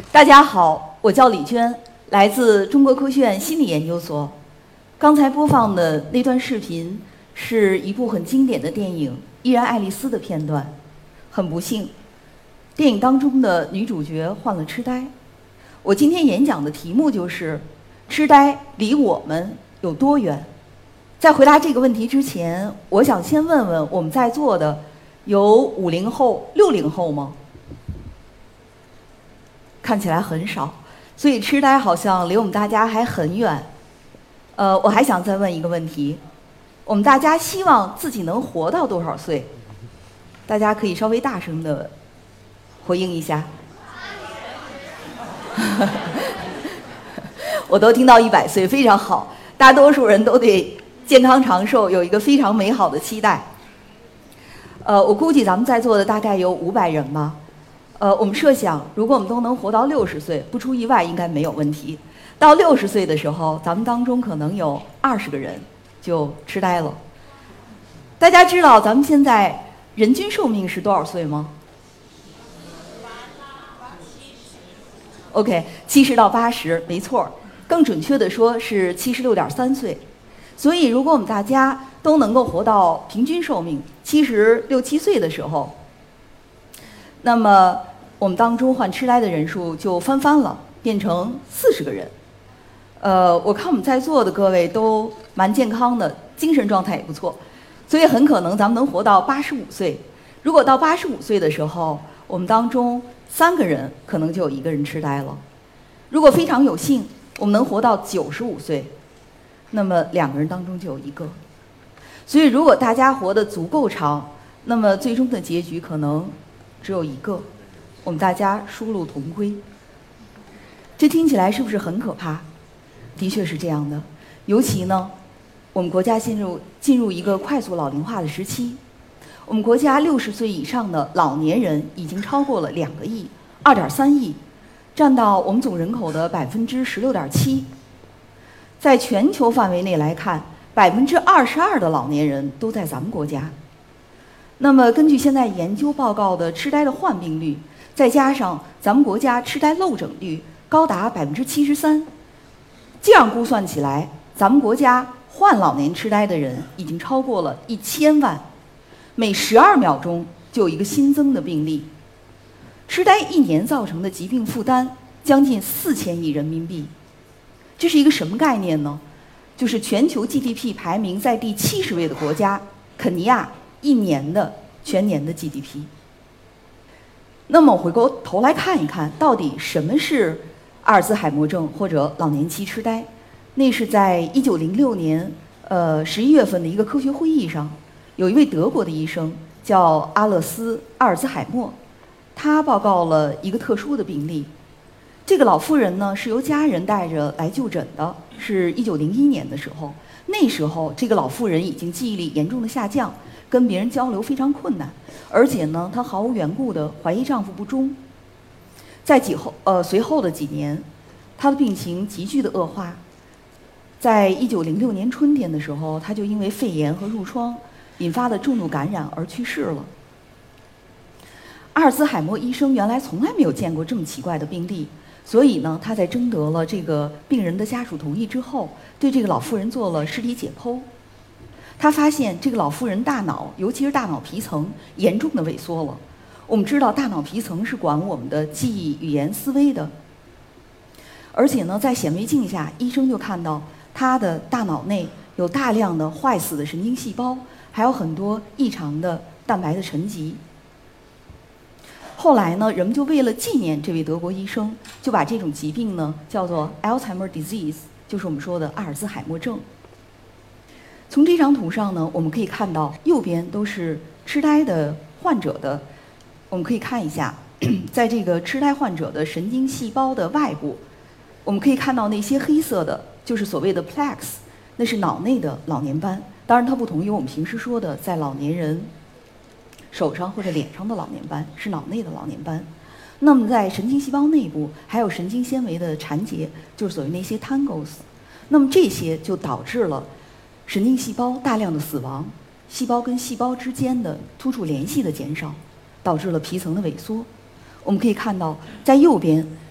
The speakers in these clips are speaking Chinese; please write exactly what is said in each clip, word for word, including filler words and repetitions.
大家好，我叫李娟，来自中国科学院心理研究所。刚才播放的那段视频是一部很经典的电影《依然爱丽丝》的片段。很不幸，电影当中的女主角患了痴呆。我今天演讲的题目就是痴呆离我们有多远。在回答这个问题之前，我想先问问我们在座的有五零后、六零后吗？看起来很少，所以痴呆好像离我们大家还很远。呃，我还想再问一个问题：我们大家希望自己能活到多少岁？大家可以稍微大声的回应一下。我都听到一百岁，非常好。大多数人都对健康长寿有一个非常美好的期待。呃，我估计咱们在座的大概有五百人吧。呃，我们设想，如果我们都能活到六十岁，不出意外应该没有问题。到六十岁的时候，咱们当中可能有二十个人就痴呆了。大家知道咱们现在人均寿命是多少岁吗 ？OK， 七十到八十，没错。更准确的说是七十六点三岁。所以，如果我们大家都能够活到平均寿命七十六七岁的时候，那么我们当中患痴呆的人数就翻番了，变成四十个人。呃，我看我们在座的各位都蛮健康的，精神状态也不错，所以很可能咱们能活到八十五岁。如果到八十五岁的时候，我们当中三个人可能就有一个人痴呆了。如果非常有幸，我们能活到九十五岁，那么两个人当中就有一个。所以，如果大家活得足够长，那么最终的结局可能只有一个，我们大家殊路同归。这听起来是不是很可怕？的确是这样的。尤其呢，我们国家进入进入一个快速老龄化的时期。我们国家六十岁以上的老年人已经超过了两个亿，二点三亿，占到我们总人口的百分之十六点七。在全球范围内来看，百分之二十二的老年人都在咱们国家。那么，根据现在研究报告的痴呆的患病率，再加上咱们国家痴呆漏诊率高达百分之七十三，这样估算起来，咱们国家患老年痴呆的人已经超过了一千万，每十二秒钟就有一个新增的病例。痴呆一年造成的疾病负担将近四千亿人民币，这是一个什么概念呢？就是全球 G D P 排名在第七十位的国家肯尼亚一年的全年的 G D P。 那么回过头来看一看，到底什么是阿尔兹海默症或者老年期痴呆？那是在一九零六年呃十一月份的一个科学会议上，有一位德国的医生叫阿勒斯·阿尔兹海默，他报告了一个特殊的病例。这个老妇人呢是由家人带着来就诊的，是一九零一年的时候。那时候这个老妇人已经记忆力严重的下降，跟别人交流非常困难，而且呢，她毫无缘故的怀疑丈夫不忠。在几后呃随后的几年，她的病情急剧的恶化。在一九零六年春天的时候，她就因为肺炎和褥疮引发的重度感染而去世了。阿尔兹海默医生原来从来没有见过这么奇怪的病例，所以呢，他在征得了这个病人的家属同意之后，对这个老妇人做了尸体解剖。他发现这个老妇人大脑，尤其是大脑皮层严重的萎缩了。我们知道大脑皮层是管我们的记忆、语言、思维的。而且呢，在显微镜下，医生就看到他的大脑内有大量的坏死的神经细胞，还有很多异常的蛋白的沉积。后来呢，人们就为了纪念这位德国医生，就把这种疾病呢叫做 Alzheimer disease， 就是我们说的阿尔兹海默症。从这张图上呢，我们可以看到右边都是痴呆的患者的，我们可以看一下，在这个痴呆患者的神经细胞的外部，我们可以看到那些黑色的，就是所谓的 plaques， 那是脑内的老年斑。当然，它不同于我们平时说的在老年人手上或者脸上的老年斑，是脑内的老年斑。那么在神经细胞内部还有神经纤维的缠结，就是所谓那些 tangles。那么这些就导致了神经细胞大量的死亡，细胞跟细胞之间的突触联系的减少，导致了皮层的萎缩。我们可以看到，在右边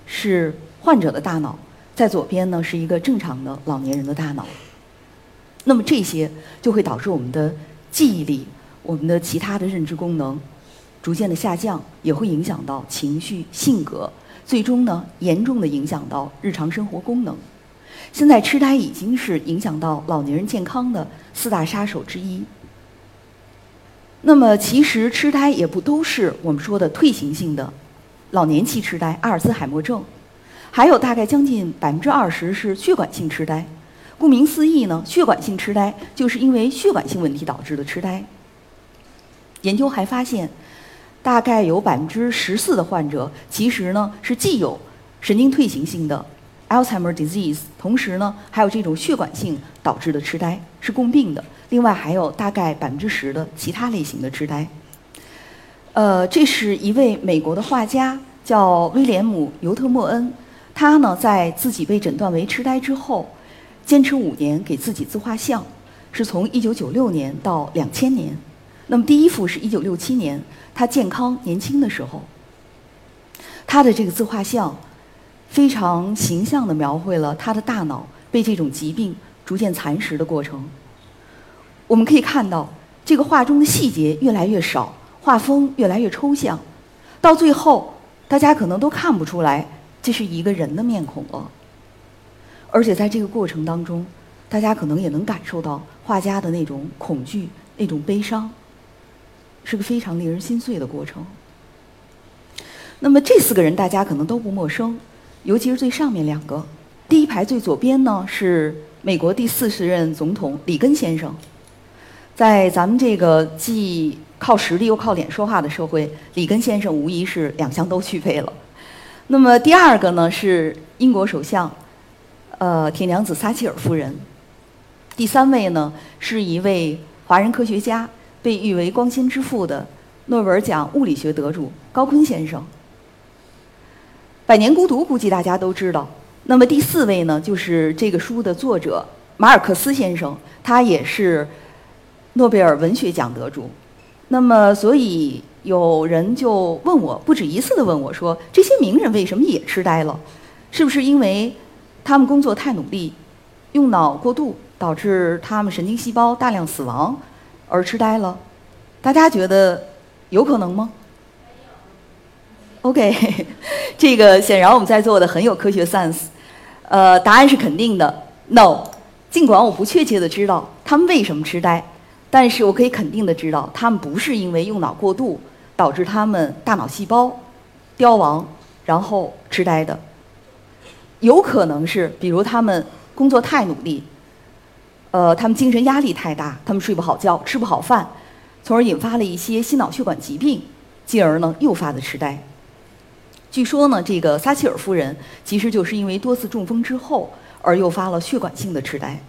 是患者的大脑，在左边呢是一个正常的老年人的大脑。那么这些就会导致我们的记忆力、我们的其他的认知功能逐渐的下降，也会影响到情绪、性格，最终呢严重的影响到日常生活功能。现在痴呆已经是影响到老年人健康的四大杀手之一。那么其实痴呆也不都是我们说的退行性的老年期痴呆、阿尔兹海默症，还有大概将近百分之二十是血管性痴呆。顾名思义呢，血管性痴呆就是因为血管性问题导致的痴呆。研究还发现，大概有百分之十四的患者其实呢是既有神经退行性的 Alzheimer disease， 同时呢还有这种血管性导致的痴呆，是共病的。另外还有大概百分之十的其他类型的痴呆。呃，这是一位美国的画家，叫威廉姆·尤特莫恩。他呢在自己被诊断为痴呆之后，坚持五年给自己自画像，是从一九九六年到两千年。那么第一幅是一九六七年，他健康年轻的时候。他的这个自画像非常形象地描绘了他的大脑被这种疾病逐渐蚕食的过程。我们可以看到，这个画中的细节越来越少，画风越来越抽象，到最后大家可能都看不出来这是一个人的面孔了。而且在这个过程当中，大家可能也能感受到画家的那种恐惧、那种悲伤，是个非常令人心碎的过程。那么这四个人大家可能都不陌生，尤其是最上面两个。第一排最左边呢是美国第四十任总统里根先生。在咱们这个既靠实力又靠脸说话的社会，里根先生无疑是两项都具备了。那么第二个呢是英国首相呃，铁娘子撒切尔夫人。第三位呢，是一位华人科学家，被誉为光纤之父的诺贝尔奖物理学得主高锟先生。百年孤独估计大家都知道。那么第四位呢，就是这个书的作者马尔克斯先生，他也是诺贝尔文学奖得主。那么所以有人就问我，不止一次地问我说，这些名人为什么也痴呆了？是不是因为他们工作太努力，用脑过度，导致他们神经细胞大量死亡而痴呆了？大家觉得有可能吗 ？OK， 这个显然我们在座的很有科学 sense。呃，答案是肯定的 ，No。尽管我不确切的知道他们为什么痴呆，但是我可以肯定的知道，他们不是因为用脑过度导致他们大脑细胞凋亡然后痴呆的。有可能是，比如他们工作太努力，呃，他们精神压力太大，他们睡不好觉，吃不好饭，从而引发了一些心脑血管疾病，进而呢诱发的痴呆。据说呢，这个撒切尔夫人其实就是因为多次中风之后而诱发了血管性的痴呆。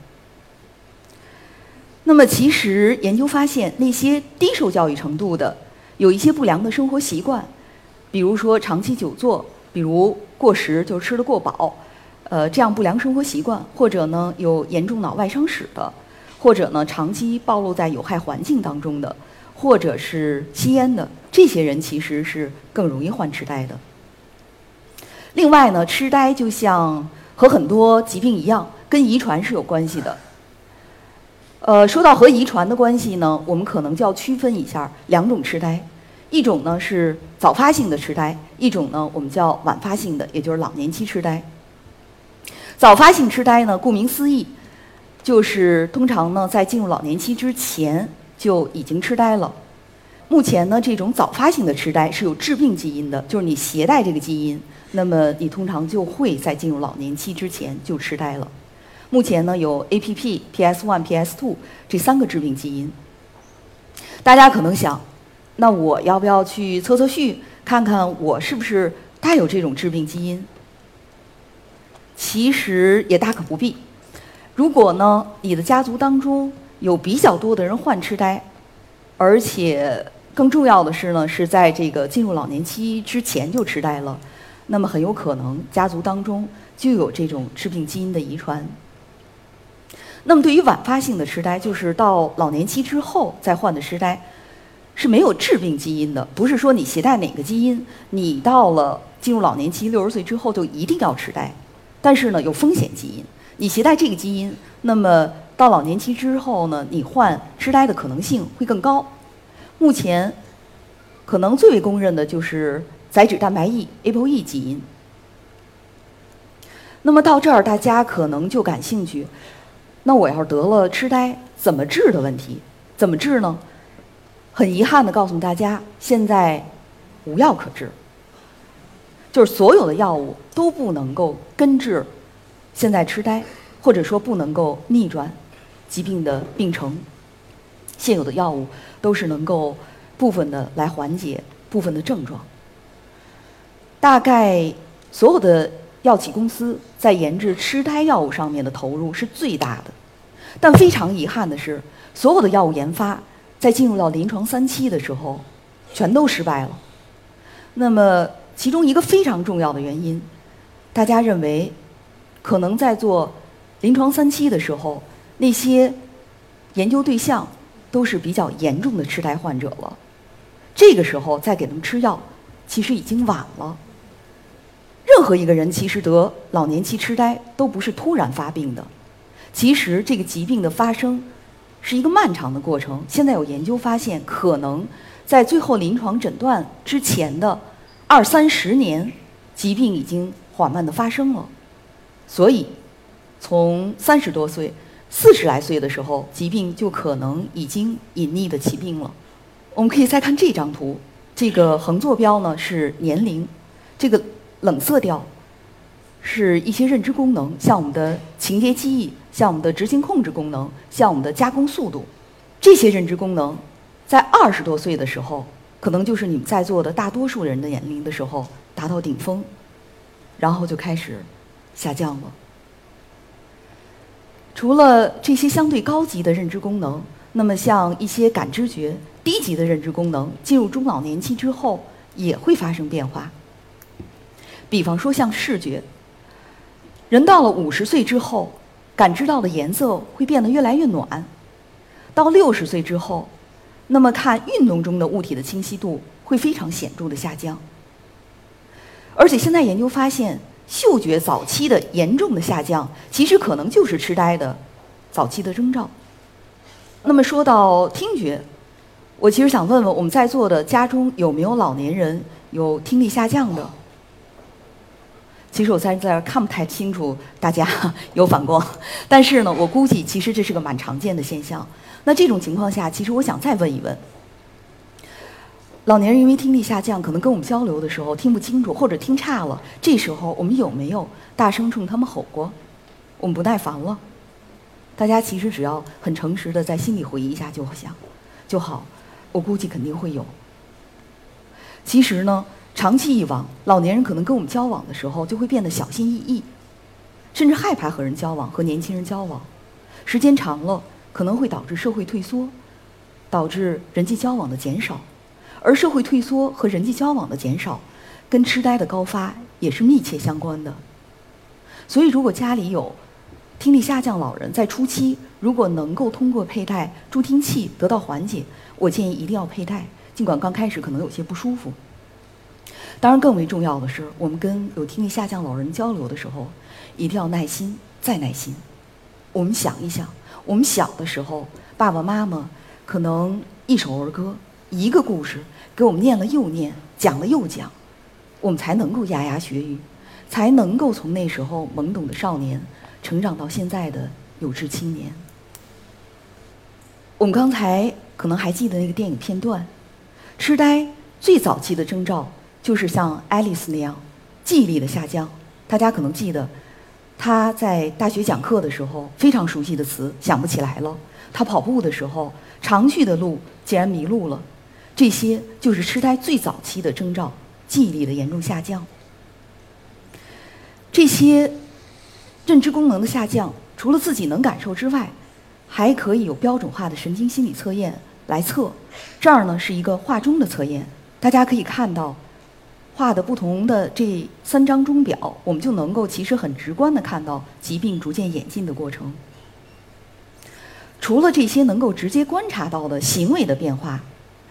那么其实研究发现，那些低受教育程度的，有一些不良的生活习惯，比如说长期久坐，比如过食，就吃得过饱，呃，这样不良生活习惯，或者呢有严重脑外伤史的，或者呢长期暴露在有害环境当中的，或者是吸烟的，这些人其实是更容易患痴呆的。另外呢，痴呆就像和很多疾病一样，跟遗传是有关系的。呃，说到和遗传的关系呢，我们可能就要区分一下两种痴呆，一种呢是早发性的痴呆，一种呢我们叫晚发性的，也就是老年期痴呆。早发性痴呆呢，顾名思义，就是通常呢在进入老年期之前就已经痴呆了。目前呢，这种早发性的痴呆是有致病基因的，就是你携带这个基因，那么你通常就会在进入老年期之前就痴呆了。目前呢，有 A P P、P S 一、P S 二 这三个致病基因。大家可能想，那我要不要去测测序，看看我是不是带有这种致病基因？其实也大可不必。如果呢，你的家族当中有比较多的人患痴呆，而且更重要的是呢，是在这个进入老年期之前就痴呆了，那么很有可能家族当中就有这种致病基因的遗传。那么对于晚发性的痴呆，就是到老年期之后再患的痴呆， 是没有致病基因的，不是说你携带哪个基因，你到了进入老年期六十岁之后就一定要痴呆。但是呢，有风险基因，你携带这个基因，那么到老年期之后呢，你患痴呆的可能性会更高。目前可能最为公认的就是载脂蛋白 E A P O E 基因。那么到这儿，大家可能就感兴趣，那我要是得了痴呆，怎么治的问题？怎么治呢？很遗憾地告诉大家，现在无药可治，就是所有的药物都不能够根治现在痴呆，或者说不能够逆转疾病的病程。现有的药物都是能够部分的来缓解部分的症状。大概所有的药企公司在研制痴呆药物上面的投入是最大的，但非常遗憾的是，所有的药物研发在进入到临床三期的时候，全都失败了。那么其中一个非常重要的原因，大家认为可能在做临床三期的时候，那些研究对象都是比较严重的痴呆患者了，这个时候再给他们吃药，其实已经晚了。任何一个人其实得老年期痴呆都不是突然发病的，其实这个疾病的发生是一个漫长的过程。现在有研究发现，可能在最后临床诊断之前的二三十年，疾病已经缓慢的发生了。所以，从三十多岁、四十来岁的时候，疾病就可能已经隐匿的起病了。我们可以再看这张图，这个横坐标呢是年龄，这个冷色调是一些认知功能，像我们的情节记忆，像我们的执行控制功能，像我们的加工速度。这些认知功能在二十多岁的时候，可能就是你们在座的大多数人的年龄的时候达到顶峰，然后就开始下降了。除了这些相对高级的认知功能，那么像一些感知觉低级的认知功能，进入中老年期之后也会发生变化。比方说像视觉，人到了五十岁之后，感知到的颜色会变得越来越暖。到六十岁之后，那么看运动中的物体的清晰度会非常显著的下降。而且现在研究发现，嗅觉早期的严重的下降，其实可能就是痴呆的早期的征兆。那么说到听觉，我其实想问问我们在座的家中有没有老年人有听力下降的？其实我在这儿看不太清楚大家有反光，但是呢，我估计其实这是个蛮常见的现象。那这种情况下，其实我想再问一问，老年人因为听力下降，可能跟我们交流的时候听不清楚或者听差了，这时候我们有没有大声冲他们吼过？我们不耐烦了？大家其实只要很诚实的在心里回忆一下就想就好，我估计肯定会有。其实呢，长期以往，老年人可能跟我们交往的时候就会变得小心翼翼，甚至害怕和人交往，和年轻人交往。时间长了，可能会导致社会退缩，导致人际交往的减少。而社会退缩和人际交往的减少，跟痴呆的高发也是密切相关的。所以，如果家里有听力下降老人，在初期如果能够通过佩戴助听器得到缓解，我建议一定要佩戴，尽管刚开始可能有些不舒服。当然，更为重要的是，我们跟有听力下降老人交流的时候，一定要耐心再耐心。我们想一想，我们小的时候，爸爸妈妈可能一首儿歌，一个故事给我们念了又念，讲了又讲，我们才能够牙牙学语，才能够从那时候懵懂的少年成长到现在的有志青年。我们刚才可能还记得那个电影片段，痴呆最早期的征兆就是像爱丽丝那样记忆力的下降。大家可能记得，他在大学讲课的时候非常熟悉的词想不起来了，他跑步的时候常去的路竟然迷路了。这些就是痴呆最早期的征兆，记忆力的严重下降。这些认知功能的下降，除了自己能感受之外，还可以有标准化的神经心理测验来测。这儿呢是一个画钟的测验，大家可以看到画的不同的这三张钟表，我们就能够其实很直观地看到疾病逐渐演进的过程。除了这些能够直接观察到的行为的变化，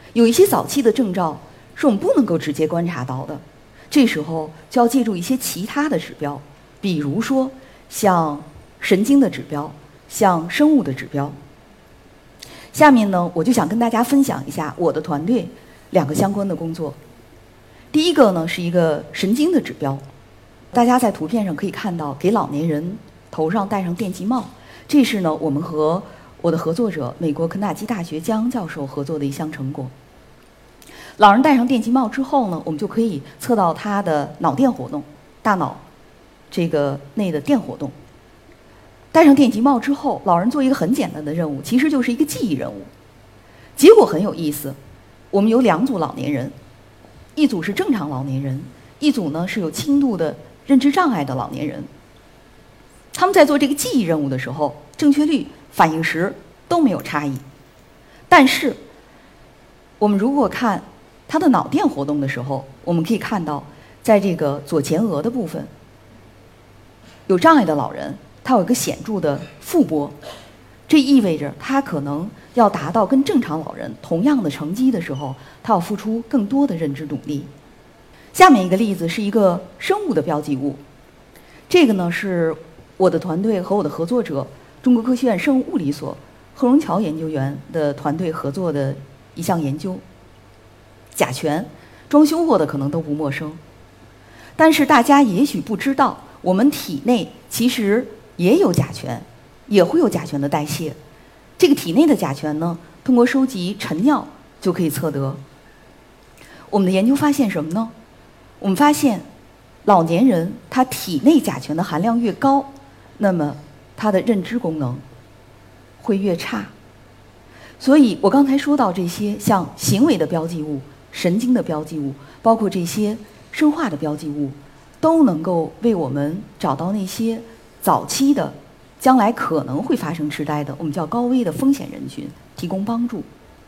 有一些早期的征兆是我们不能够直接观察到的，这时候就要借助一些其他的指标，比如说像神经的指标，像生物的指标。下面呢，我就想跟大家分享一下我的团队两个相关的工作。第一个呢是一个神经的指标，大家在图片上可以看到，给老年人头上戴上电极帽，这是呢我们和我的合作者美国肯塔基大学江教授合作的一项成果。老人戴上电极帽之后呢，我们就可以测到他的脑电活动，大脑这个内的电活动。戴上电极帽之后，老人做一个很简单的任务，其实就是一个记忆任务。结果很有意思，我们有两组老年人，一组是正常老年人，一组呢是有轻度的认知障碍的老年人。他们在做这个记忆任务的时候，正确率、反应时都没有差异。但是，我们如果看他的脑电活动的时候，我们可以看到，在这个左前额的部分，有障碍的老人他有一个显著的负波，这意味着他可能要达到跟正常老人同样的成绩的时候，他要付出更多的认知努力。下面一个例子是一个生物的标记物，这个呢是我的团队和我的合作者中国科学院生物物理所贺荣桥研究员的团队合作的一项研究。甲醛，装修过的可能都不陌生，但是大家也许不知道，我们体内其实也有甲醛，也会有甲醛的代谢。这个体内的甲醛呢，通过收集晨尿就可以测得。我们的研究发现什么呢？我们发现，老年人他体内甲醛的含量越高，那么他的认知功能会越差。所以我刚才说到这些，像行为的标记物、神经的标记物，包括这些生化的标记物，都能够为我们找到那些早期的、将来可能会发生痴呆的，我们叫高危的风险人群提供帮助。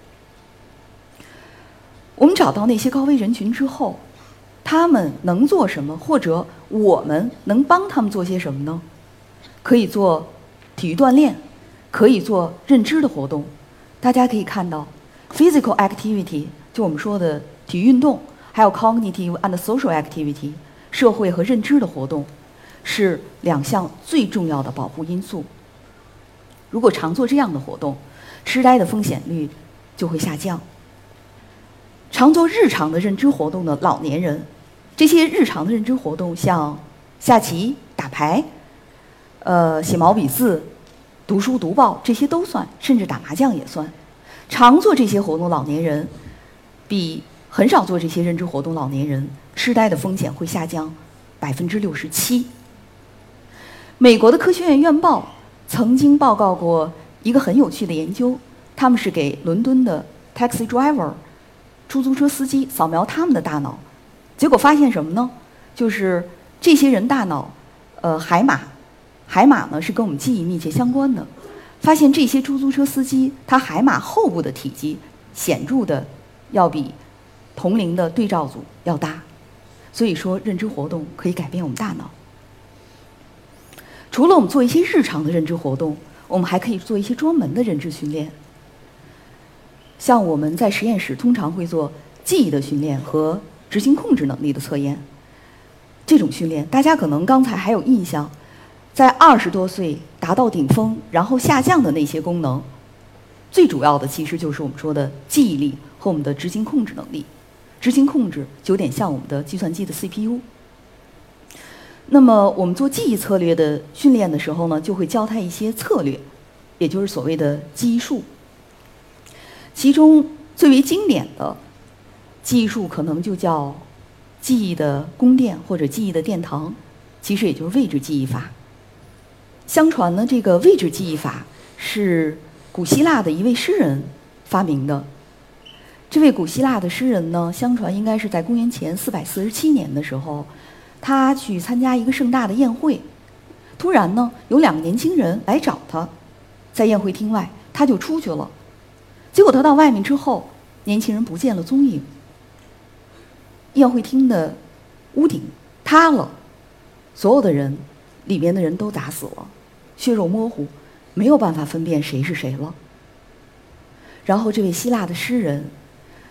我们找到那些高危人群之后，他们能做什么，或者我们能帮他们做些什么呢？可以做体育锻炼，可以做认知的活动。大家可以看到 ，physical activity 就我们说的体育运动，还有 cognitive and social activity 社会和认知的活动，是两项最重要的保护因素。如果常做这样的活动，痴呆的风险率就会下降。常做日常的认知活动的老年人，这些日常的认知活动像下棋、打牌、呃写毛笔字、读书读报，这些都算，甚至打麻将也算。常做这些活动老年人，比很少做这些认知活动老年人，痴呆的风险会下降百分之六十七。美国的科学院院报曾经报告过一个很有趣的研究，他们是给伦敦的 taxi driver 出租车司机扫描他们的大脑，结果发现什么呢？就是这些人大脑，呃，海马，海马呢是跟我们记忆密切相关的。发现这些出租车司机，他海马后部的体积显著的要比同龄的对照组要大。所以说，认知活动可以改变我们大脑。除了我们做一些日常的认知活动，我们还可以做一些专门的认知训练。像我们在实验室通常会做记忆的训练和执行控制能力的测验。这种训练，大家可能刚才还有印象，在二十多岁达到顶峰，然后下降的那些功能，最主要的其实就是我们说的记忆力和我们的执行控制能力。执行控制就有点像我们的计算机的 C P U。那么我们做记忆策略的训练的时候呢，就会教他一些策略，也就是所谓的记忆术。其中最为经典的记忆术可能就叫记忆的宫殿或者记忆的殿堂，其实也就是位置记忆法。相传呢，这个位置记忆法是古希腊的一位诗人发明的。这位古希腊的诗人呢，相传应该是在公元前四百四十七年的时候，他去参加一个盛大的宴会，突然呢，有两个年轻人来找他，在宴会厅外，他就出去了。结果他到外面之后，年轻人不见了踪影。宴会厅的屋顶塌了，所有的人，里面的人都砸死了，血肉模糊，没有办法分辨谁是谁了。然后这位希腊的诗人，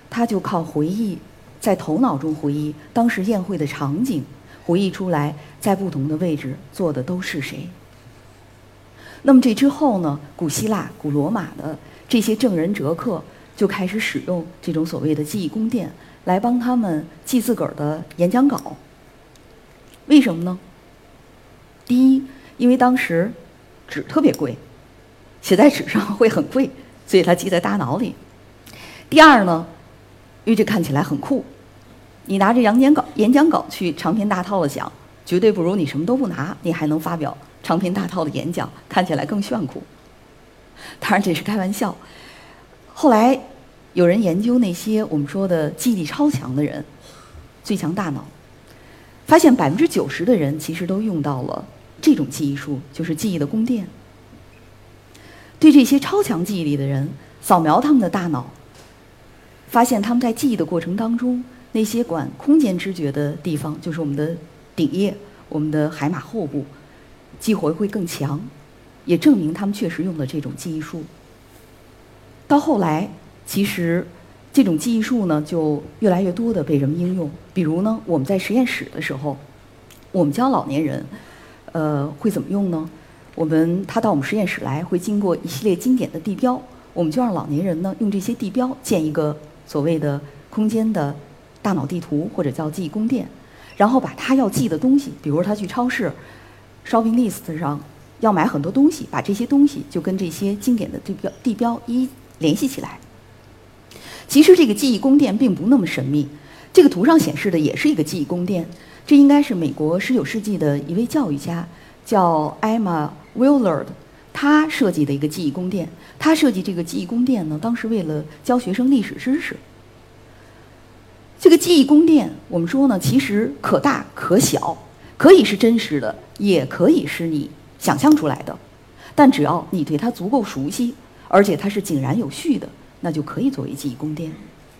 他就靠回忆，在头脑中回忆当时宴会的场景，回忆出来在不同的位置坐的都是谁。那么这之后呢，古希腊、古罗马的这些正人哲客就开始使用这种所谓的记忆宫殿来帮他们记自个儿的演讲稿。为什么呢？第一，因为当时纸特别贵，写在纸上会很贵，所以它记在大脑里。第二呢，因为这看起来很酷，你拿着演讲稿演讲稿去长篇大套的讲，绝对不如你什么都不拿，你还能发表长篇大套的演讲，看起来更炫酷。当然这是开玩笑。后来有人研究那些我们说的记忆力超强的人，最强大脑，发现百分之九十的人其实都用到了这种记忆术，就是记忆的宫殿。对这些超强记忆力的人，扫描他们的大脑，发现他们在记忆的过程当中，那些管空间知觉的地方，就是我们的顶叶、我们的海马后部，激活会更强，也证明他们确实用了这种记忆术。到后来，其实这种记忆术呢，就越来越多的被人们应用。比如呢，我们在实验室的时候，我们教老年人，呃，会怎么用呢？我们他到我们实验室来，会经过一系列经典的地标，我们就让老年人呢用这些地标建一个所谓的空间的大脑地图，或者叫记忆宫殿，然后把他要记的东西，比如他去超市 shopping list 上要买很多东西，把这些东西就跟这些经典的地标地标一联系起来。其实这个记忆宫殿并不那么神秘，这个图上显示的也是一个记忆宫殿，这应该是美国十九世纪的一位教育家，叫 Emma Willard， 他设计的一个记忆宫殿。他设计这个记忆宫殿呢，当时为了教学生历史知识。这个记忆宫殿，我们说呢，其实可大可小，可以是真实的，也可以是你想象出来的。但只要你对它足够熟悉，而且它是井然有序的，那就可以作为记忆宫殿。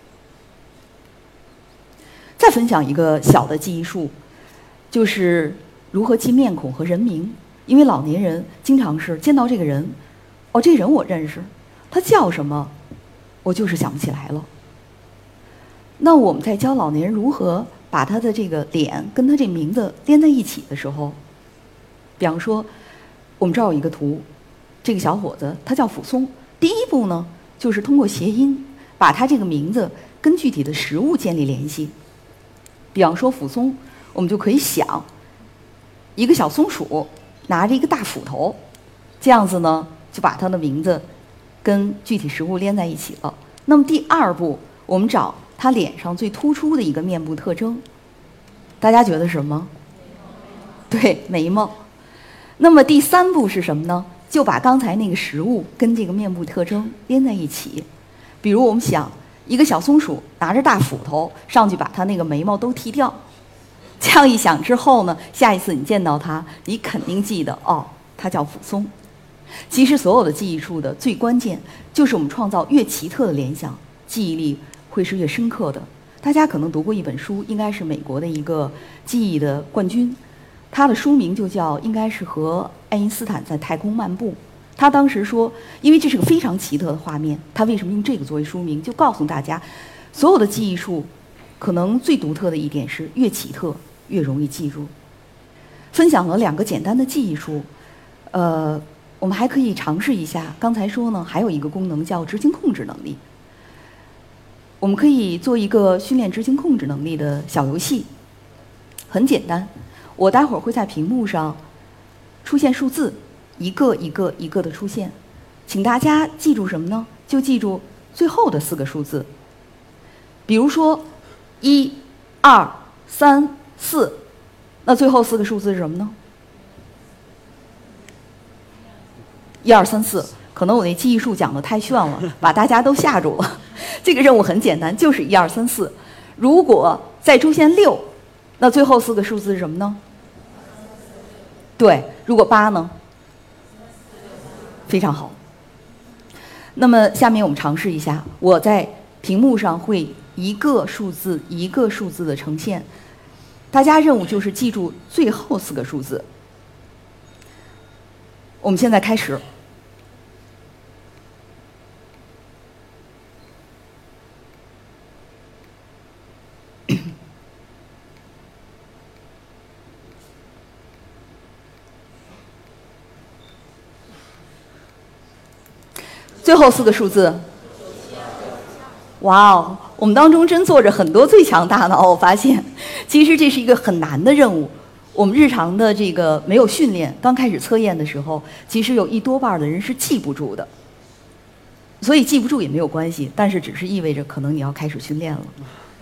再分享一个小的记忆术，就是如何记面孔和人名。因为老年人经常是见到这个人，哦，这人我认识，他叫什么，我就是想不起来了。那我们在教老年人如何把他的这个脸跟他这名字连在一起的时候，比方说，我们这儿有一个图，这个小伙子他叫傅松。第一步呢，就是通过谐音把他这个名字跟具体的食物建立联系。比方说傅松，我们就可以想一个小松鼠拿着一个大斧头，这样子呢，就把它的名字跟具体食物连在一起了。那么第二步，我们找他脸上最突出的一个面部特征，大家觉得什么？对，眉毛。那么第三步是什么呢？就把刚才那个食物跟这个面部特征连在一起。比如我们想一个小松鼠拿着大斧头上去把它那个眉毛都剃掉，这样一想之后呢，下一次你见到它，你肯定记得哦，它叫傅松。其实所有的记忆术的最关键就是我们创造越奇特的联想，记忆力会是越深刻的。大家可能读过一本书，应该是美国的一个记忆的冠军，他的书名就叫应该是和爱因斯坦在太空漫步。他当时说，因为这是个非常奇特的画面，他为什么用这个作为书名，就告诉大家，所有的记忆术可能最独特的一点是越奇特越容易记住。分享了两个简单的记忆术，呃，我们还可以尝试一下。刚才说呢，还有一个功能叫执行控制能力。我们可以做一个训练执行控制能力的小游戏，很简单。我待会儿会在屏幕上出现数字，一个一个一个的出现，请大家记住什么呢？就记住最后的四个数字。比如说，一、二、三、四，那最后四个数字是什么呢？一二三四。可能我那记忆术讲的太炫了，把大家都吓住了。这个任务很简单，就是一二三四。如果再出现六，那最后四个数字是什么呢？对，如果八呢？非常好。那么下面我们尝试一下，我在屏幕上会一个数字一个数字的呈现，大家任务就是记住最后四个数字。我们现在开始。 最后四个数字。哇哦，我们当中真坐着很多最强大脑。我发现，其实这是一个很难的任务。我们日常的这个没有训练，刚开始测验的时候，其实有一多半的人是记不住的。所以记不住也没有关系，但是只是意味着可能你要开始训练了。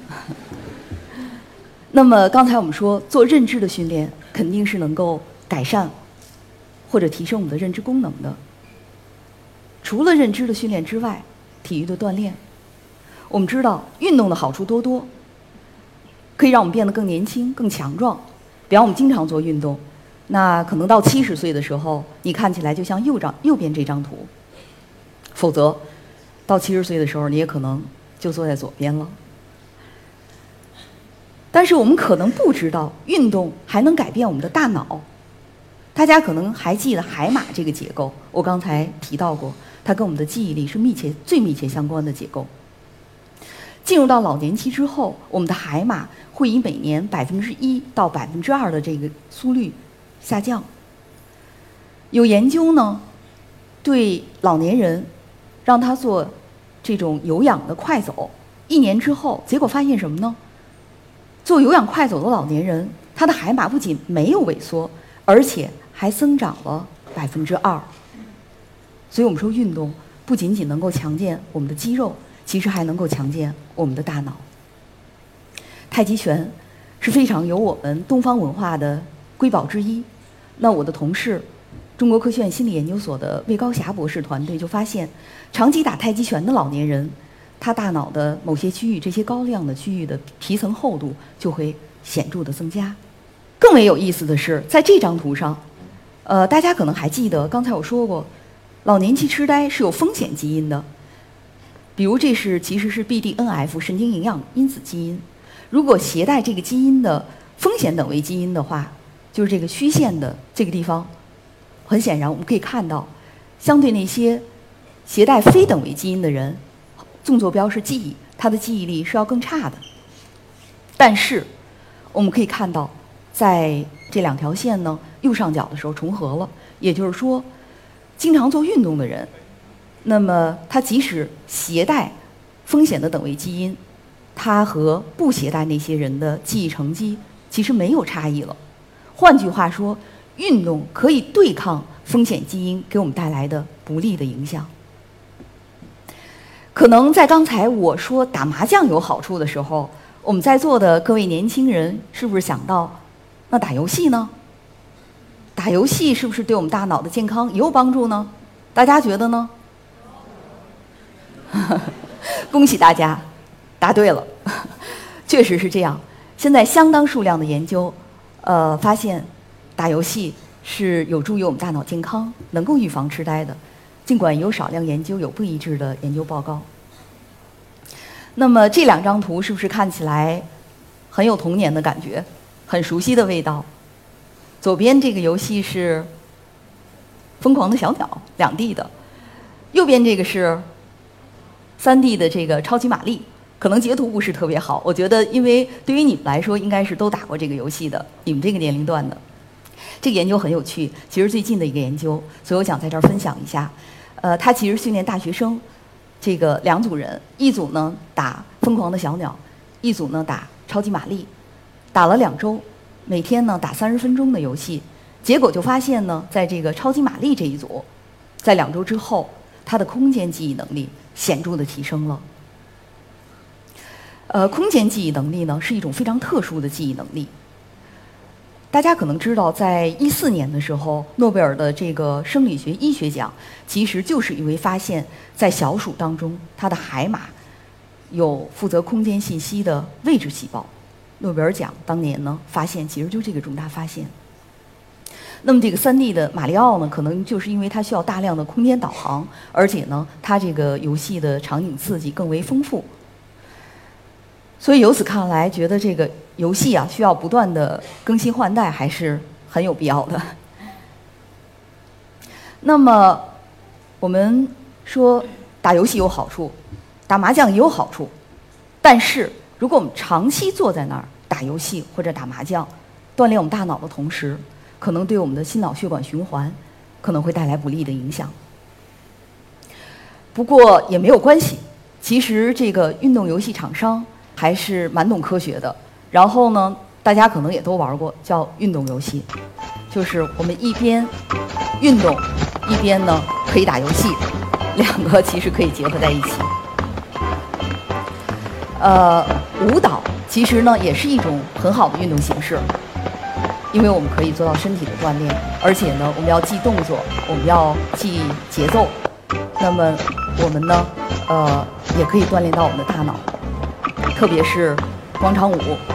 那么刚才我们说做认知的训练，肯定是能够改善或者提升我们的认知功能的。除了认知的训练之外，体育的锻炼，我们知道运动的好处多多，可以让我们变得更年轻、更强壮。比方我们经常做运动，那可能到七十岁的时候，你看起来就像右张右边这张图。否则，到七十岁的时候，你也可能就坐在左边了。但是我们可能不知道，运动还能改变我们的大脑。大家可能还记得海马这个结构，我刚才提到过，它跟我们的记忆力是密切、最密切相关的结构。进入到老年期之后，我们的海马会以每年百分之一到百分之二的这个速率下降。有研究呢，对老年人让他做这种有氧的快走，一年之后，结果发现什么呢？做有氧快走的老年人，他的海马不仅没有萎缩，而且还增长了百分之二。所以我们说，运动不仅仅能够强健我们的肌肉，其实还能够强健我们的大脑。太极拳是非常有我们东方文化的瑰宝之一。那我的同事，中国科学院心理研究所的魏高霞博士团队就发现，长期打太极拳的老年人，他大脑的某些区域，这些高亮的区域的皮层厚度就会显著的增加。更为有意思的是，在这张图上，呃，大家可能还记得，刚才我说过，老年期痴呆是有风险基因的。比如这是其实是 B D N F 神经营养因子基因，如果携带这个基因的风险等位基因的话，就是这个虚线的这个地方，很显然我们可以看到，相对那些携带非等位基因的人，纵坐标是记忆，他的记忆力是要更差的。但是我们可以看到，在这两条线呢右上角的时候重合了，也就是说，经常做运动的人，那么他即使携带风险的等位基因，他和不携带那些人的记忆成绩其实没有差异了。换句话说，运动可以对抗风险基因给我们带来的不利的影响。可能在刚才我说打麻将有好处的时候，我们在座的各位年轻人是不是想到，那打游戏呢？打游戏是不是对我们大脑的健康也有帮助呢？大家觉得呢？恭喜大家，答对了，确实是这样。现在相当数量的研究，呃，发现打游戏是有助于我们大脑健康，能够预防痴呆的。尽管有少量研究有不一致的研究报告。那么这两张图是不是看起来很有童年的感觉，很熟悉的味道？左边这个游戏是疯狂的小鸟，两 D 的；右边这个是三 D 的这个超级玛丽。可能截图不是特别好，我觉得因为对于你们来说，应该是都打过这个游戏的，你们这个年龄段的。这个研究很有趣，其实最近的一个研究，所以我想在这儿分享一下。呃，他其实训练大学生，这个两组人，一组呢打疯狂的小鸟，一组呢打超级玛丽，打了两周，每天呢打三十分钟的游戏，结果就发现呢，在这个超级玛丽这一组，在两周之后，他的空间记忆能力显著的提升了。呃，空间记忆能力呢是一种非常特殊的记忆能力。大家可能知道，在一四年的时候，诺贝尔的这个生理学医学奖，其实就是因为发现，在小鼠当中，它的海马有负责空间信息的位置细胞。诺贝尔奖当年呢，发现其实就这个重大发现。那么这个三 D 的马里奥呢，可能就是因为它需要大量的空间导航，而且呢，它这个游戏的场景刺激更为丰富。所以由此看来，觉得这个游戏啊需要不断的更新换代，还是很有必要的。那么我们说打游戏有好处，打麻将也有好处，但是如果我们长期坐在那儿打游戏或者打麻将，锻炼我们大脑的同时，可能对我们的心脑血管循环可能会带来不利的影响。 不过也没有关系，其实这个运动游戏厂商还是蛮懂科学的。然后呢，大家可能也都玩过，叫运动游戏，就是我们一边运动，一边呢可以打游戏，两个其实可以结合在一起。呃，舞蹈其实呢也是一种很好的运动形式，因为我们可以做到身体的锻炼，而且呢我们要记动作，我们要记节奏，那么我们呢呃也可以锻炼到我们的大脑，特别是广场舞。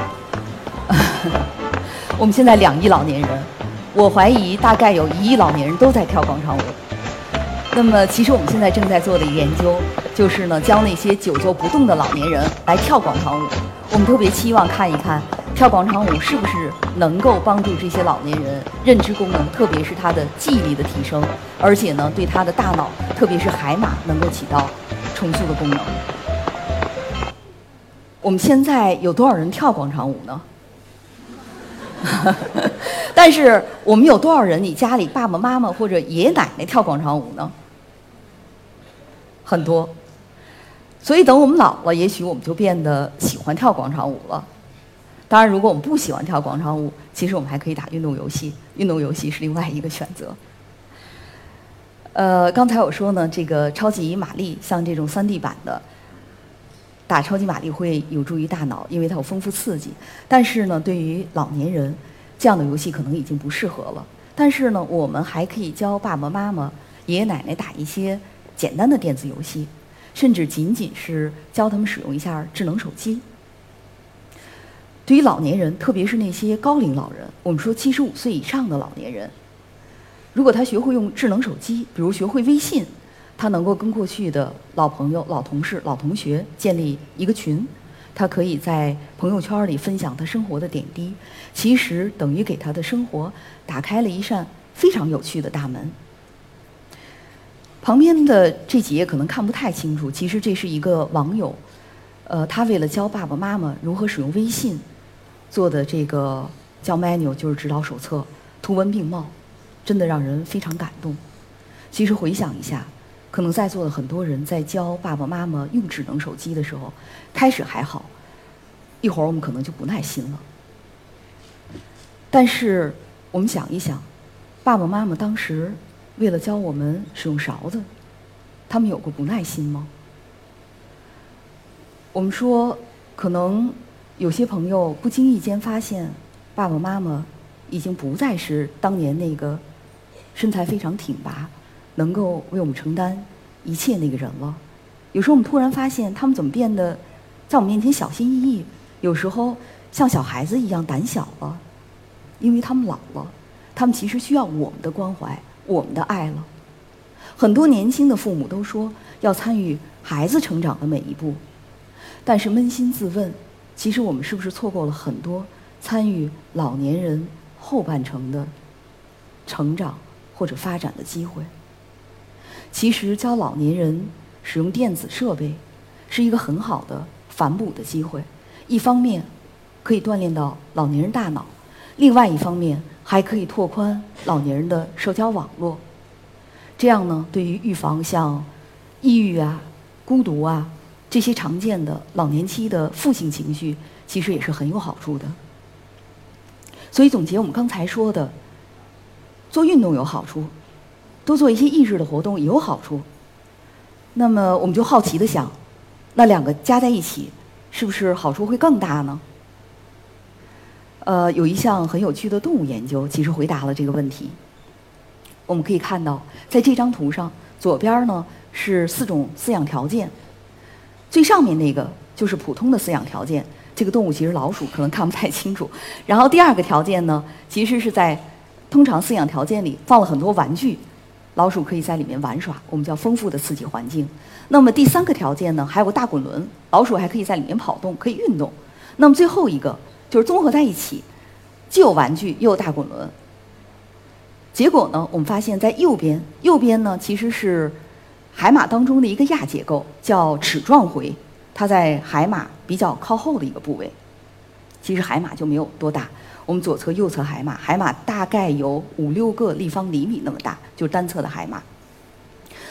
我们现在两亿老年人，我怀疑大概有一亿老年人都在跳广场舞。那么其实我们现在正在做的一个研究，就是呢教那些久坐不动的老年人来跳广场舞。我们特别期望看一看跳广场舞是不是能够帮助这些老年人认知功能，特别是他的记忆力的提升，而且呢对他的大脑，特别是海马能够起到重塑的功能。我们现在有多少人跳广场舞呢？但是我们有多少人你家里爸爸妈妈或者爷爷奶奶跳广场舞呢？很多。所以等我们老了，也许我们就变得喜欢跳广场舞了。当然如果我们不喜欢跳广场舞，其实我们还可以打运动游戏，运动游戏是另外一个选择。呃，刚才我说呢，这个超级玛丽像这种 三 D 版的打超级玛丽会有助于大脑，因为它有丰富刺激。但是呢，对于老年人，这样的游戏可能已经不适合了。但是呢，我们还可以教爸爸妈妈、爷爷奶奶打一些简单的电子游戏，甚至仅仅是教他们使用一下智能手机。对于老年人，特别是那些高龄老人，我们说七十五岁以上的老年人，如果他学会用智能手机，比如学会微信，他能够跟过去的老朋友、老同事、老同学建立一个群，他可以在朋友圈里分享他生活的点滴，其实等于给他的生活打开了一扇非常有趣的大门。旁边的这几页可能看不太清楚，其实这是一个网友，呃，他为了教爸爸妈妈如何使用微信做的这个叫 manual， 就是指导手册，图文并茂，真的让人非常感动。其实回想一下，可能在座的很多人在教爸爸妈妈用智能手机的时候，开始还好，一会儿我们可能就不耐心了。但是我们想一想，爸爸妈妈当时为了教我们使用勺子，他们有过不耐心吗？我们说，可能有些朋友不经意间发现，爸爸妈妈已经不再是当年那个身材非常挺拔，能够为我们承担一切那个人了。有时候我们突然发现，他们怎么变得在我们面前小心翼翼，有时候像小孩子一样胆小了，因为他们老了，他们其实需要我们的关怀，我们的爱了。很多年轻的父母都说要参与孩子成长的每一步，但是扪心自问，其实我们是不是错过了很多参与老年人后半程的成长或者发展的机会？其实教老年人使用电子设备是一个很好的反哺的机会，一方面可以锻炼到老年人大脑，另外一方面还可以拓宽老年人的社交网络。这样呢，对于预防像抑郁啊、孤独啊这些常见的老年期的负性情绪，其实也是很有好处的。所以总结我们刚才说的，做运动有好处，多做一些益智的活动也有好处。那么我们就好奇的想，那两个加在一起，是不是好处会更大呢？呃，有一项很有趣的动物研究，其实回答了这个问题。我们可以看到，在这张图上，左边呢是四种饲养条件，最上面那个就是普通的饲养条件，这个动物其实老鼠可能看不太清楚。然后第二个条件呢，其实是在通常饲养条件里放了很多玩具，老鼠可以在里面玩耍，我们叫丰富的刺激环境。那么第三个条件呢，还有个大滚轮，老鼠还可以在里面跑动，可以运动。那么最后一个就是综合在一起，既有玩具又有大滚轮。结果呢，我们发现在右边，右边呢其实是海马当中的一个亚结构，叫齿状回，它在海马比较靠后的一个部位。其实海马就没有多大，我们左侧、右侧海马，海马大概有五六个立方厘米那么大，就是单侧的海马。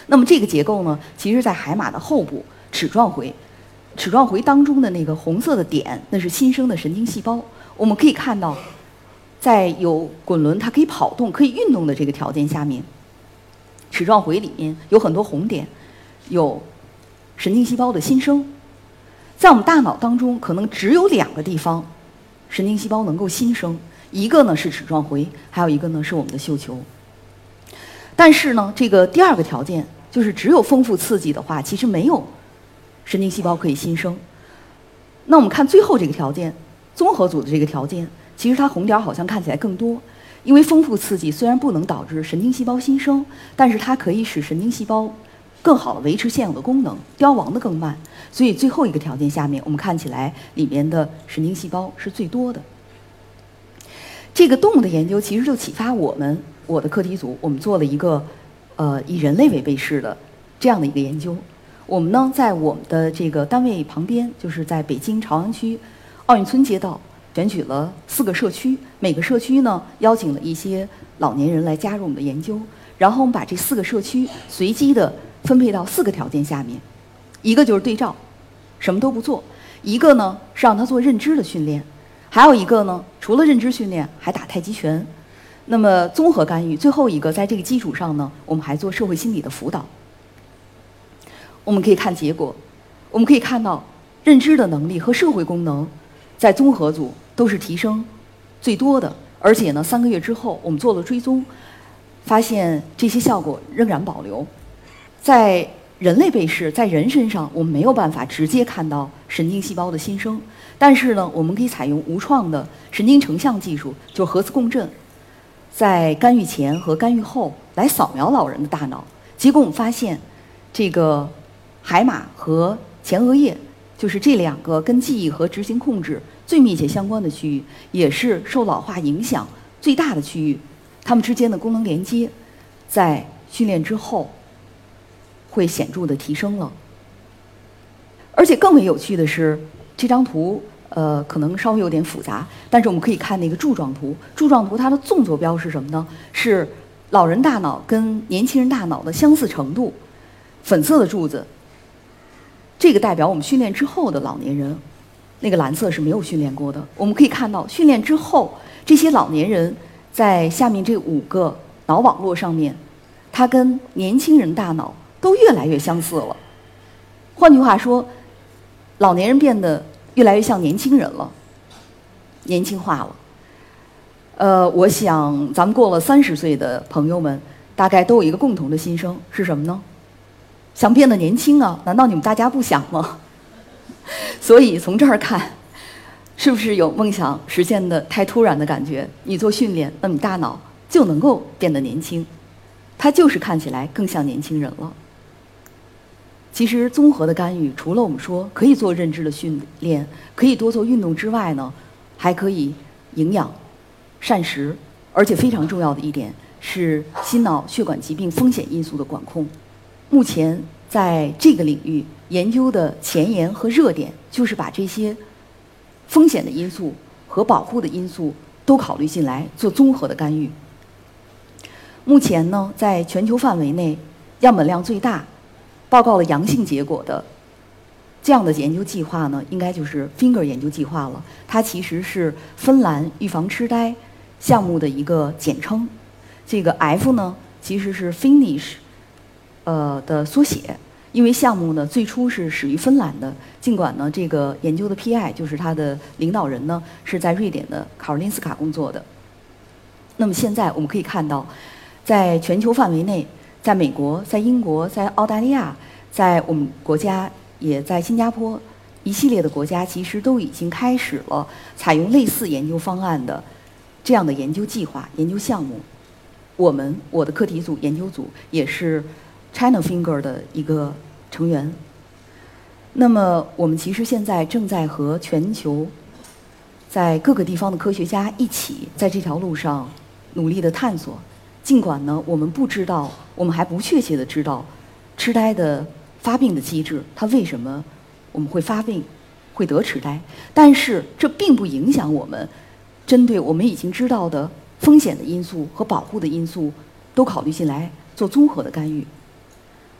那么这个结构呢，其实在海马的后部齿状回，齿状回当中的那个红色的点，那是新生的神经细胞。我们可以看到，在有滚轮它可以跑动、可以运动的这个条件下面，齿状回里面有很多红点，有神经细胞的新生。在我们大脑当中，可能只有两个地方神经细胞能够新生，一个呢是齿状回，还有一个呢是我们的嗅球。但是呢，这个第二个条件就是只有丰富刺激的话，其实没有神经细胞可以新生。那我们看最后这个条件，综合组的这个条件，其实它红点好像看起来更多，因为丰富刺激虽然不能导致神经细胞新生，但是它可以使神经细胞更好的维持现有的功能，凋亡的更慢。所以最后一个条件下面，我们看起来里面的神经细胞是最多的。这个动物的研究其实就启发我们，我的课题组，我们做了一个呃以人类为贝氏的这样的一个研究。我们呢在我们的这个单位旁边，就是在北京朝阳区奥运村街道，选取了四个社区，每个社区呢邀请了一些老年人来加入我们的研究，然后我们把这四个社区随机的分配到四个条件下面，一个就是对照，什么都不做；一个呢是让他做认知的训练，还有一个呢除了认知训练还打太极拳。那么综合干预，最后一个在这个基础上呢，我们还做社会心理的辅导。我们可以看结果，我们可以看到认知的能力和社会功能在综合组都是提升最多的，而且呢三个月之后我们做了追踪，发现这些效果仍然保留。在人类贝氏，在人身上我们没有办法直接看到神经细胞的新生，但是呢我们可以采用无创的神经成像技术，就是核磁共振，在干预前和干预后来扫描老人的大脑。结果我们发现这个海马和前额叶，就是这两个跟记忆和执行控制最密切相关的区域，也是受老化影响最大的区域，它们之间的功能连接在训练之后会显著的提升了。而且更为有趣的是，这张图呃可能稍微有点复杂，但是我们可以看那个柱状图。柱状图它的纵坐标是什么呢？是老人大脑跟年轻人大脑的相似程度。粉色的柱子，这个代表我们训练之后的老年人，那个蓝色是没有训练过的。我们可以看到，训练之后，这些老年人在下面这五个脑网络上面，它跟年轻人大脑都越来越相似了。换句话说，老年人变得越来越像年轻人了，年轻化了。呃，我想咱们过了三十岁的朋友们，大概都有一个共同的心声，是什么呢？想变得年轻啊，难道你们大家不想吗？所以从这儿看，是不是有梦想实现的太突然的感觉？你做训练，那你大脑就能够变得年轻，它就是看起来更像年轻人了。其实综合的干预，除了我们说可以做认知的训练，可以多做运动之外呢，还可以营养、膳食，而且非常重要的一点是心脑血管疾病风险因素的管控。目前在这个领域研究的前沿和热点，就是把这些风险的因素和保护的因素都考虑进来，做综合的干预。目前呢，在全球范围内样本量最大、报告了阳性结果的这样的研究计划呢，应该就是 F I N G E R 研究计划了。它其实是芬兰预防痴呆项目的一个简称。这个 F 呢，其实是 Finnish 呃的缩写，因为项目呢最初是始于芬兰的，尽管呢这个研究的 P I 就是它的领导人呢是在瑞典的考尔林斯卡工作的。那么现在我们可以看到，在全球范围内，在美国、在英国、在澳大利亚、在我们国家，也在新加坡，一系列的国家其实都已经开始了采用类似研究方案的这样的研究计划、研究项目。我们我的课题组研究组也是 China F I N G E R 的一个成员。那么我们其实现在正在和全球在各个地方的科学家一起在这条路上努力的探索。尽管呢我们不知道，我们还不确切的知道痴呆的发病的机制，它为什么我们会发病会得痴呆，但是这并不影响我们针对我们已经知道的风险的因素和保护的因素都考虑进来，做综合的干预。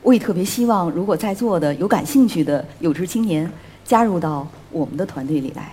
我也特别希望，如果在座的有感兴趣的有志青年，加入到我们的团队里来。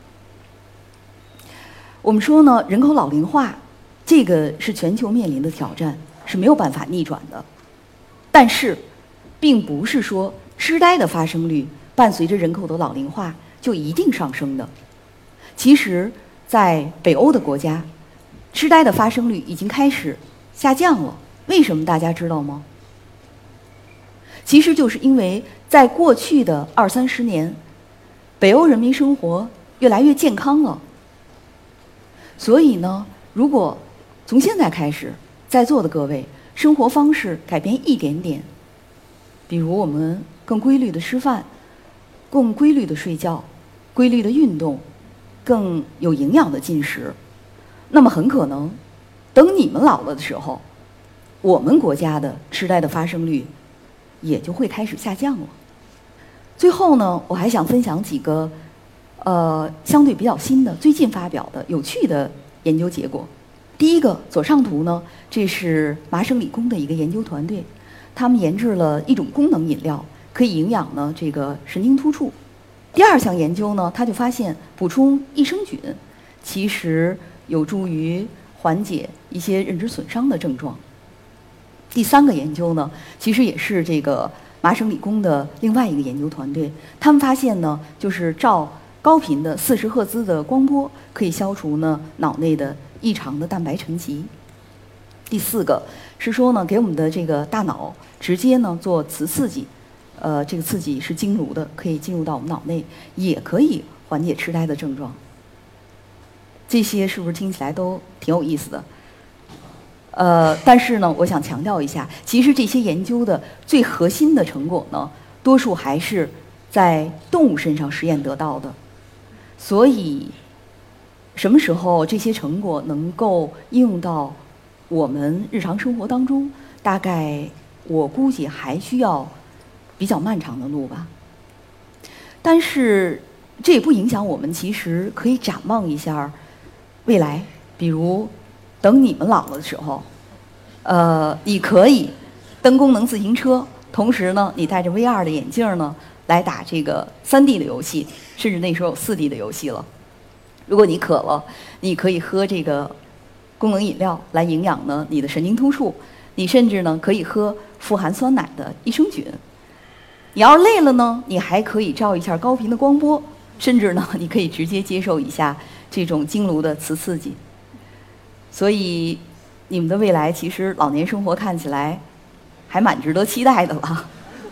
我们说呢，人口老龄化，这个是全球面临的挑战，是没有办法逆转的。但是，并不是说痴呆的发生率伴随着人口的老龄化就一定上升的。其实，在北欧的国家，痴呆的发生率已经开始下降了。为什么大家知道吗？其实就是因为在过去的二三十年，北欧人民生活越来越健康了。所以呢，如果从现在开始，在座的各位生活方式改变一点点，比如我们更规律的吃饭，更规律的睡觉，规律的运动，更有营养的进食，那么很可能，等你们老了的时候，我们国家的痴呆的发生率也就会开始下降了。最后呢，我还想分享几个呃相对比较新的、最近发表的有趣的研究结果。第一个，左上图呢，这是麻省理工的一个研究团队，他们研制了一种功能饮料，可以营养呢这个神经突触。第二项研究呢，他就发现补充益生菌其实有助于缓解一些认知损伤的症状。第三个研究呢，其实也是这个麻省理工的另外一个研究团队，他们发现呢，就是照高频的四十赫兹的光波可以消除呢脑内的异常的蛋白沉积。第四个是说呢，给我们的这个大脑直接呢做磁刺激，呃，这个刺激是经颅的，可以进入到我们脑内，也可以缓解痴呆的症状。这些是不是听起来都挺有意思的？呃，但是呢，我想强调一下，其实这些研究的最核心的成果呢，多数还是在动物身上实验得到的。所以，什么时候这些成果能够应用到我们日常生活当中，大概我估计还需要比较漫长的路吧。但是这也不影响我们其实可以展望一下未来，比如等你们老了的时候，呃，你可以蹬功能自行车，同时呢，你戴着 V R 的眼镜呢，来打这个三 D 的游戏，甚至那时候有四 D 的游戏了。如果你渴了，你可以喝这个功能饮料来营养呢你的神经突触，你甚至呢可以喝富含酸奶的益生菌。你要是累了呢，你还可以照一下高频的光波，甚至呢，你可以直接接受一下这种经颅的磁刺激。所以，你们的未来其实老年生活看起来还蛮值得期待的了。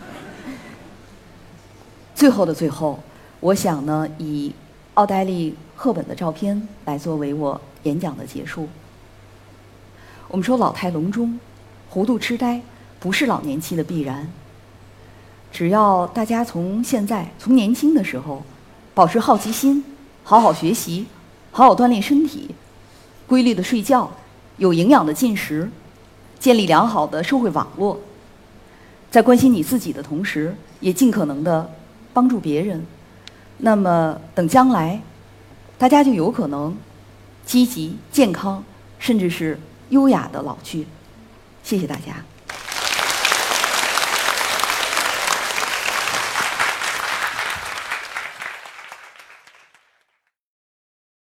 最后的最后，我想呢，以奥黛丽·赫本的照片来作为我演讲的结束。我们说老态龙钟、糊涂痴呆不是老年期的必然。只要大家从现在从年轻的时候保持好奇心，好好学习，好好锻炼身体，规律的睡觉，有营养的进食，建立良好的社会网络，在关心你自己的同时，也尽可能的帮助别人，那么等将来大家就有可能积极健康甚至是优雅的老去。谢谢大家。